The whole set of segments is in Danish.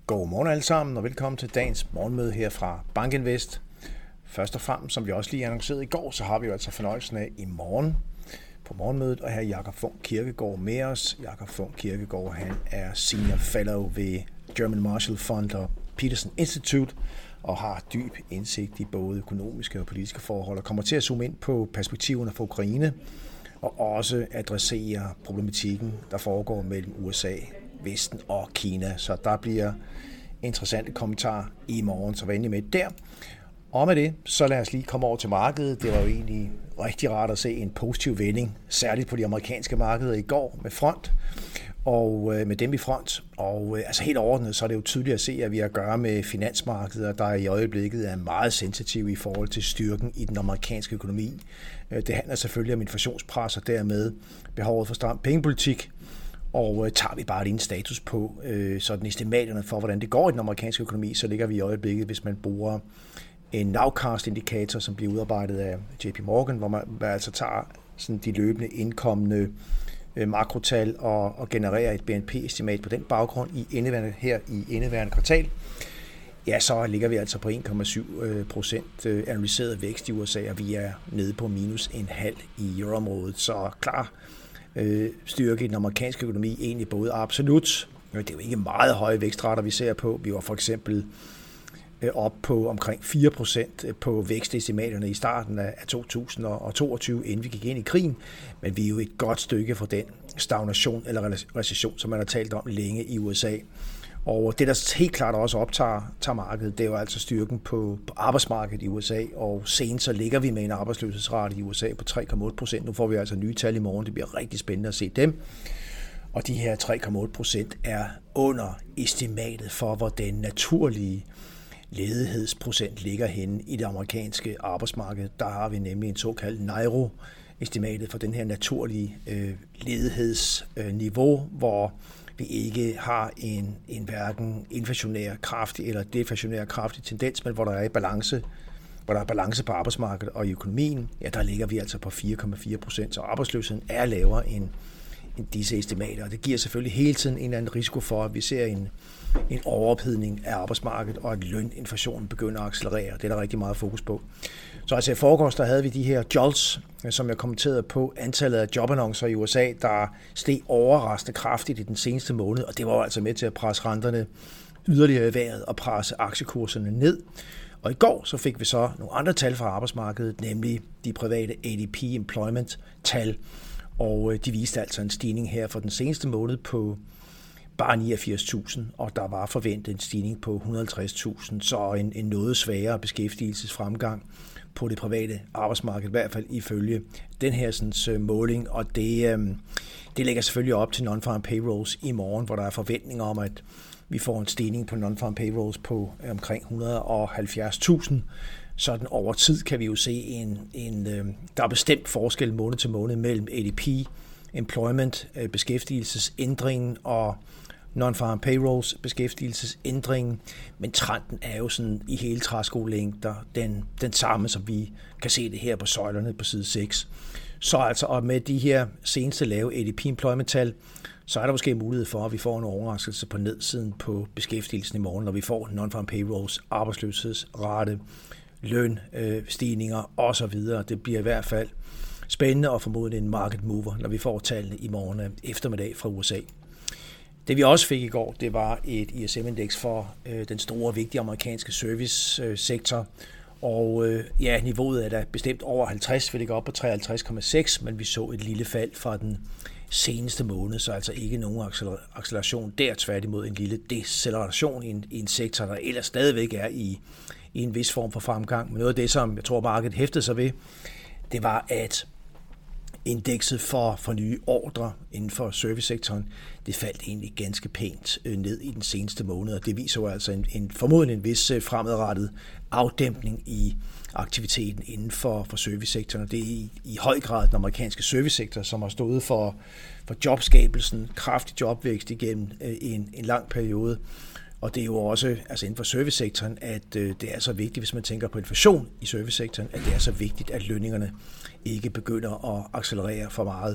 Godmorgen alle sammen, og velkommen til dagens morgenmøde her fra BankInvest. Først og fremmest, som vi også lige annoncerede i går, så har vi jo altså fornøjelsen af i morgen på morgenmødet, og her er Jakob Funk Kirkegaard med os. Jakob Funk Kirkegaard, han er Senior Fellow ved German Marshall Fund og Peterson Institute, og har dyb indsigt i både økonomiske og politiske forhold, og kommer til at zoome ind på perspektiverne for Ukraine, og også adressere problematikken, der foregår mellem USA, Vesten og Kina. Så der bliver interessante kommentarer i morgen, så vær endelig med der. Og med det, så lad os lige komme over til markedet. Det var jo egentlig rigtig rart at se en positiv vending, særligt på de amerikanske markeder i går med front, og med dem i front. Og altså helt overordnet, så er det jo tydeligt at se, at vi har at gøre med finansmarkeder, der i øjeblikket er meget sensitive i forhold til styrken i den amerikanske økonomi. Det handler selvfølgelig om inflationspres og dermed behovet for stram pengepolitik. Og tager vi bare en status på sådan estimaterne for, hvordan det går i den amerikanske økonomi, så ligger vi i øjeblikket, hvis man bruger en nowcast-indikator, som bliver udarbejdet af JP Morgan, hvor man altså tager sådan de løbende indkommende makrotal og genererer et BNP-estimat på den baggrund i indeværende kvartal. Ja, så ligger vi altså på 1,7% analyseret vækst i USA, og vi er nede på -0,5 i euroområdet. Så klar styrke i den amerikanske økonomi egentlig både absolut. Det er jo ikke meget høje vækstrater, vi ser på. Vi var for eksempel op på omkring 4% på vækstestimaterne i starten af 2022, inden vi gik ind i krigen. Men vi er jo et godt stykke fra den stagnation eller recession, som man har talt om længe i USA. Og det, der helt klart også optager markedet, det er jo altså styrken på arbejdsmarkedet i USA, og senest så ligger vi med en arbejdsløshedsrate i USA på 3,8%. Nu får vi altså nye tal i morgen, det bliver rigtig spændende at se dem. Og de her 3,8% er under estimatet for, hvor den naturlige ledighedsprocent ligger henne i det amerikanske arbejdsmarked. Der har vi nemlig en såkaldt NAIRO-estimatet for den her naturlige ledighedsniveau, hvor vi ikke har en hverken inflationær kraftig eller deflationær kraftig tendens, men hvor der er balance på arbejdsmarkedet og i økonomien. Ja, der ligger vi altså på 4,4%, så arbejdsløsheden er lavere end disse estimater, og det giver selvfølgelig hele tiden en eller anden risiko for, at vi ser en overophedning af arbejdsmarkedet, og at løninflationen begynder at accelerere. Det er der rigtig meget fokus på. Så altså i forgårs, der havde vi de her JOLTS, som jeg kommenterede på, antallet af jobannoncer i USA, der steg overraskende kraftigt i den seneste måned, og det var altså med til at presse renterne yderligere i vejret og presse aktiekurserne ned. Og i går så fik vi så nogle andre tal fra arbejdsmarkedet, nemlig de private ADP employment-tal, og de viste altså en stigning her for den seneste måned på bare 89.000, og der var forventet en stigning på 150.000, så en noget svagere beskæftigelsesfremgang på det private arbejdsmarked, i hvert fald ifølge den her sådan, måling, og det lægger selvfølgelig op til non-farm payrolls i morgen, hvor der er forventninger om, at vi får en stigning på non-farm payrolls på omkring 170.000. Sådan over tid kan vi jo se der er bestemt forskel måned til måned mellem ADP, employment, beskæftigelsesændringen og non-farm payrolls, beskæftigelsesændringen, men trenden er jo sådan i hele træskolængder den samme, som vi kan se det her på søjlerne på side 6. Så altså, og med de her seneste lave ADP employment-tal, så er der måske mulighed for, at vi får en overraskelse på nedsiden på beskæftigelsen i morgen, når vi får non-farm payrolls, arbejdsløshedsrate, lønstigninger osv. Det bliver i hvert fald spændende og formodentlig en market mover, når vi får tallene i morgen eftermiddag fra USA. Det vi også fik i går, det var et ISM-indeks for den store, vigtige amerikanske servicesektor. Og niveauet er da bestemt over 50, vi ligger op på 53,6, men vi så et lille fald fra den seneste måned, så altså ikke nogen acceleration der, tværtimod en lille deceleration i en sektor, der ellers stadigvæk er i en vis form for fremgang. Men noget af det, som jeg tror markedet hæftede sig ved, det var, at indekset for nye ordre inden for servicesektoren, det faldt egentlig ganske pænt ned i den seneste måned, og det viser jo altså formodentlig en vis fremadrettet afdæmpning i aktiviteten inden for servicesektoren. Det er i høj grad den amerikanske servicesektor, som har stået for jobskabelsen, kraftig jobvækst igennem en lang periode. Og det er jo også altså inden for servicesektoren, at det er så vigtigt, hvis man tænker på inflation i servicesektoren, at det er så vigtigt, at lønningerne ikke begynder at accelerere for meget.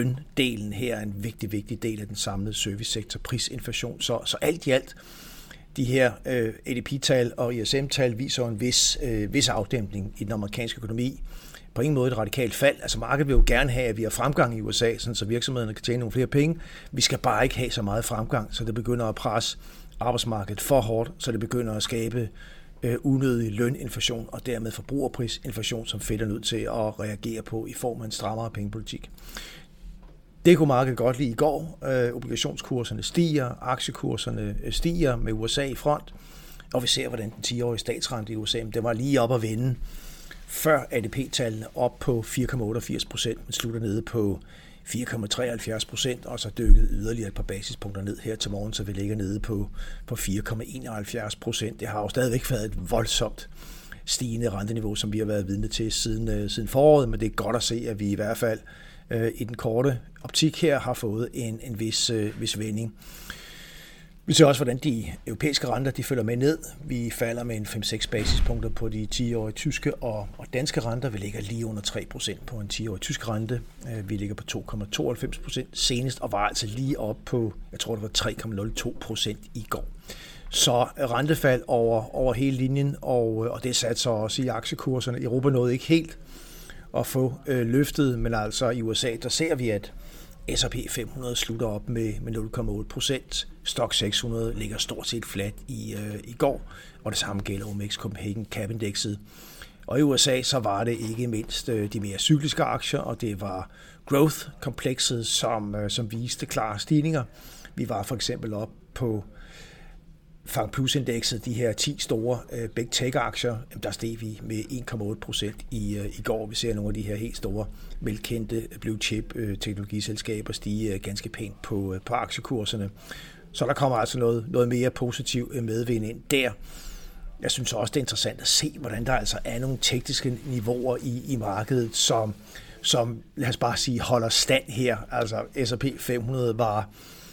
Løndelen her er en vigtig del af den samlede servicesektor, prisinflation. Så alt i alt, De her ADP-tal og ISM-tal viser en vis afdæmpning i den amerikanske økonomi. På ingen måde et radikalt fald. Altså markedet vil jo gerne have, at vi har fremgang i USA, sådan så virksomhederne kan tjene nogle flere penge. Vi skal bare ikke have så meget fremgang, så det begynder at presse arbejdsmarkedet for hårdt, så det begynder at skabe unødig løninflation og dermed forbrugerprisinflation, som Fed er nødt til at reagere på i form af en strammere pengepolitik. Det kunne markedet godt lide i går. Obligationskurserne stiger, aktiekurserne stiger med USA i front, og vi ser, hvordan den 10-årige statsrente i USA, den var lige op at vende før ADP-tallene op på 4,88%, men slutter nede på 4,73%, og så dykket yderligere et par basispunkter ned her til morgen, så vi ligger nede på 4,71%. Det har jo stadigvæk været et voldsomt stigende renteniveau, som vi har været vidne til siden foråret, men det er godt at se, at vi i hvert fald i den korte optik her har fået en vis vending. Vi ser også, hvordan de europæiske renter de følger med ned. Vi falder med en 5-6 basispunkter på de 10-årige tyske og danske renter. Vi ligger lige under 3% på en 10-årig tysk rente. Vi ligger på 2,92% senest, og var altså lige op på, jeg tror det var 3,02% i går. Så rentefald over hele linjen, og det satte så også i aktiekurserne. Europa nåede ikke helt at få løftet, men altså i USA, der ser vi, at S&P 500 slutter op med 0,8%. Stock 600 ligger stort set flat i går, og det samme gælder OMX Copenhagen Cap Indexet. Og i USA så var det ikke mindst de mere cykliske aktier, og det var growth-komplekset, som viste klare stigninger. Vi var for eksempel op på Fang Plus-indekset, de her 10 store big tech-aktier, der steg vi med 1,8% i går. Vi ser nogle af de her helt store, velkendte blue chip teknologiselskaber stige ganske pænt på aktiekurserne. Så der kommer altså noget mere positiv medvind ind der. Jeg synes også, det er interessant at se, hvordan der altså er nogle tekniske niveauer i markedet, som lad os bare sige, holder stand her. Altså S&P 500 var,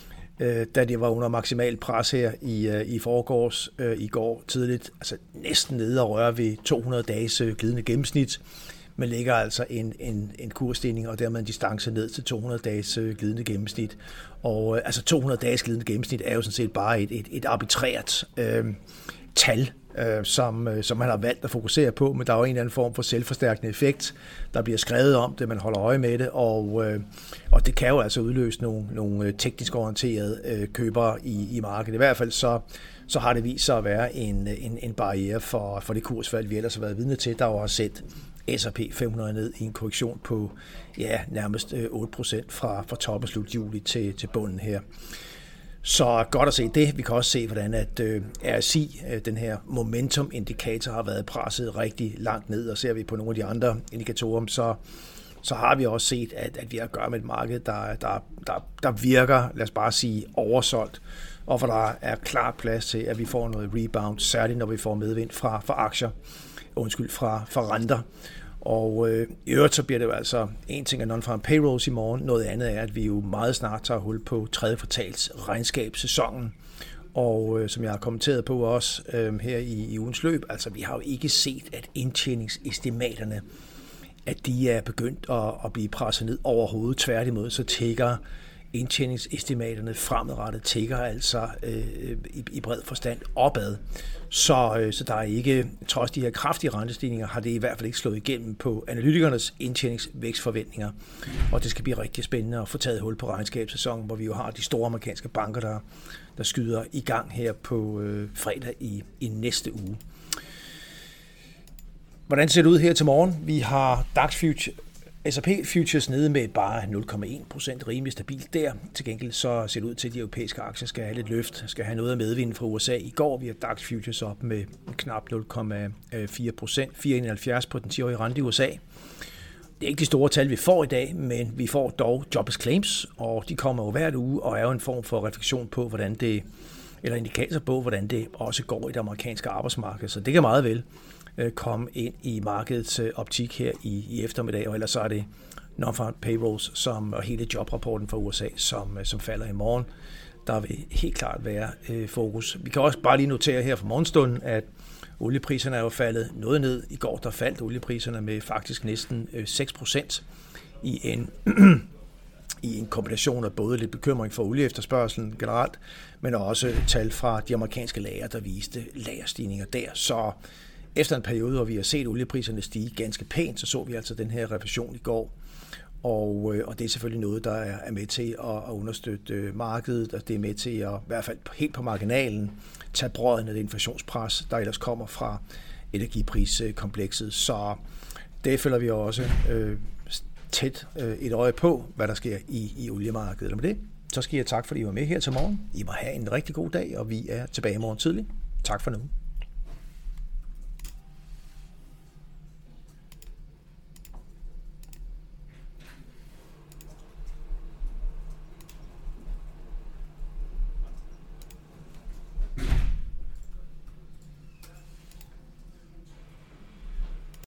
da det var under maksimal pres her i forgårs, i går tidligt, altså næsten nede og røre ved 200 dages glidende gennemsnit, men ligger altså en kursstigning og dermed en distance ned til 200 dages glidende gennemsnit. Og altså 200 dages glidende gennemsnit er jo sådan set bare et arbitrært tal, som man har valgt at fokusere på, men der er jo en eller anden form for selvforstærkende effekt, der bliver skrevet om det, man holder øje med det, og det kan jo altså udløse nogle teknisk orienterede købere i markedet. I hvert fald så har det vist sig at være en barriere for det kursfald, vi ellers har været vidne til. Der var også set S&P 500 ned i en korrektion på nærmest 8% fra top og slut juli til bunden her. Så godt at se det. Vi kan også se, hvordan at RSI, den her momentum-indikator, har været presset rigtig langt ned, og ser vi på nogle af de andre indikatorer, så har vi også set, at vi har at gøre med et marked, der virker, lad os bare sige, oversolgt, og hvor der er klart plads til, at vi får noget rebound, særligt når vi får medvind fra renter. Og i øvrigt så bliver det jo altså, en ting er non-farm payrolls i morgen, noget andet er, at vi jo meget snart tager hul på tredje kvartals regnskabssæsonen. Og som jeg har kommenteret på også her i ugens løb, altså vi har jo ikke set, at indtjeningsestimaterne, at de er begyndt at blive presset ned overhovedet. Tværtimod, så tækker indtjeningsestimaterne fremadrettet tækker altså i bred forstand opad. Så der er ikke, trods de her kraftige rentestigninger, har det i hvert fald ikke slået igennem på analytikernes indtjeningsvækstforventninger. Og det skal blive rigtig spændende at få taget hul på regnskabssæsonen, hvor vi jo har de store amerikanske banker, der skyder i gang her på fredag i næste uge. Hvordan ser det ud her til morgen? Vi har DAX Future, S&P Futures nede med bare 0,1%, rimelig stabilt der. Til gengæld så ser det ud til, at de europæiske aktier skal have lidt løft, skal have noget af medvind fra USA. I går vi har DAX Futures op med knap 0,4%, 4,71 på den 10-årige rente i USA. Det er ikke de store tal, vi får i dag, men vi får dog jobless claims, og de kommer jo hvert uge og er jo en form for refleksion på, hvordan det, eller indikator på, hvordan det også går i det amerikanske arbejdsmarked. Så det kan meget vel komme ind i markedets optik her i eftermiddag, og ellers så er det non-farm payrolls og hele jobrapporten fra USA, som falder i morgen. Der vil helt klart være fokus. Vi kan også bare lige notere her fra morgenstunden, at oliepriserne er jo faldet noget ned. I går der faldt oliepriserne med faktisk næsten 6% i i en kombination af både lidt bekymring for olieefterspørgselen generelt, men også tal fra de amerikanske lager, der viste lagerstigninger der. Så efter en periode, hvor vi har set oliepriserne stige ganske pænt, så vi altså den her revision i går. Og det er selvfølgelig noget, der er med til at understøtte markedet, og det er med til at, i hvert fald helt på marginalen, tage brodden af det inflationspres, der ellers kommer fra energipriskomplekset. Så det følger vi også tæt et øje på, hvad der sker i oliemarkedet. Og med det, så skal jeg tak, fordi I var med her til morgen. I må have en rigtig god dag, og vi er tilbage i morgen tidlig. Tak for nu.